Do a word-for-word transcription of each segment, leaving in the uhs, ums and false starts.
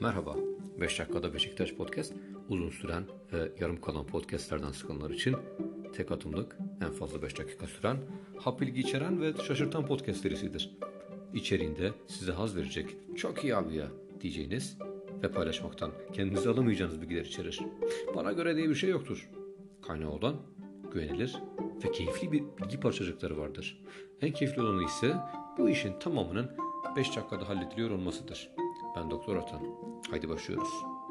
Merhaba, beş dakikada Beşiktaş Podcast, uzun süren ve yarım kalan podcastlerden sıkılanlar için tek atımlık, en fazla beş dakika süren, hap bilgi içeren ve şaşırtan podcast serisidir. İçeriğinde size haz verecek, çok iyi abi ya diyeceğiniz ve paylaşmaktan kendinizi alamayacağınız bilgiler içerir. Bana göre diye bir şey yoktur. Kaynağı olan, güvenilir ve keyifli bir bilgi parçacıkları vardır. En keyifli olanı ise bu işin tamamının beş dakikada hallediliyor olmasıdır. Ben Doktor Atan. Haydi başlıyoruz.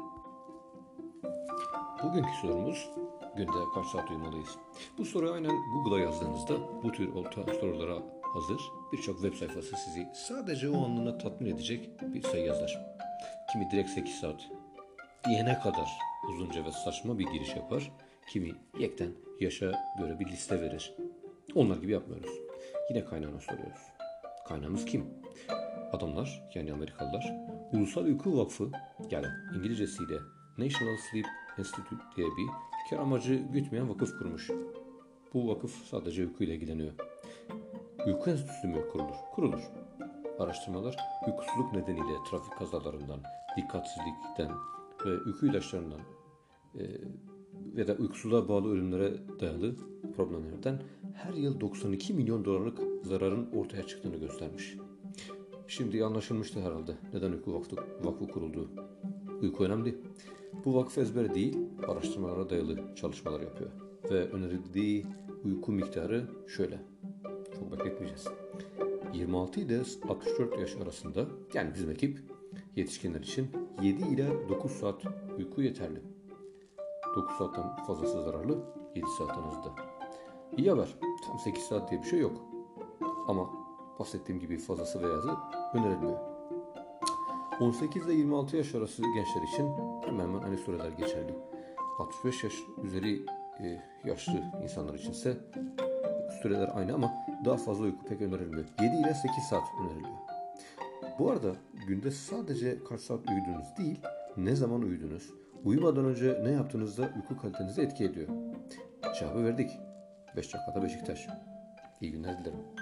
Bugünkü sorumuz, günde kaç saat uyumalıyız? Bu soruyu aynen Google'a yazdığınızda bu tür orta sorulara hazır birçok web sayfası sizi sadece o anlığına tatmin edecek bir sayı yazar. Kimi direkt sekiz saat diyene kadar uzunca ve saçma bir giriş yapar. Kimi yekten yaşa göre bir liste verir. Onlar gibi yapmıyoruz. Yine kaynağına soruyoruz. Kaynağımız kim? Adamlar, yani Amerikalılar, Ulusal Uyku Vakfı, yani İngilizcesiyle National Sleep Institute diye bir kar amacı gütmeyen vakıf kurmuş. Bu vakıf sadece uykuyla ilgileniyor. Uyku enstitüsü mü kurulur? Kurulur. Araştırmalar uykusuzluk nedeniyle trafik kazalarından, dikkatsizlikten ve uyku ilaçlarından e, ve da uykusuzluğa bağlı ölümlere dayalı problemlerden her yıl doksan iki milyon dolarlık zararın ortaya çıktığını göstermiş. Şimdi anlaşılmıştı herhalde neden uyku vakfı, vakfı kurulduğu. Uyku önemli. Bu vakıf ezber değil, araştırmalara dayalı çalışmalar yapıyor. Ve önerildiği uyku miktarı şöyle. Çok bekletmeyeceğiz. yirmi altı ile altmış dört yaş arasında, yani bizim ekip, yetişkinler için yedi ile dokuz saat uyku yeterli. dokuz saatten fazlası zararlı, yedi saatten azı da. İyi haber, tam sekiz saat diye bir şey yok. Ama bahsettiğim gibi fazlası veya azı önerilmiyor. on sekiz ile yirmi altı yaş arası gençler için hemen hemen aynı süreler geçerli. altmış beş yaş üzeri e, yaşlı insanlar içinse süreler aynı ama daha fazla uyku pek önerilmiyor. yedi ile sekiz saat öneriliyor. Bu arada günde sadece kaç saat uyudunuz değil, ne zaman uyudunuz, uyumadan önce ne yaptığınızda uyku kalitenizi etki ediyor. Cevabı verdik. beş dakikada Beşiktaş. İyi günler dilerim.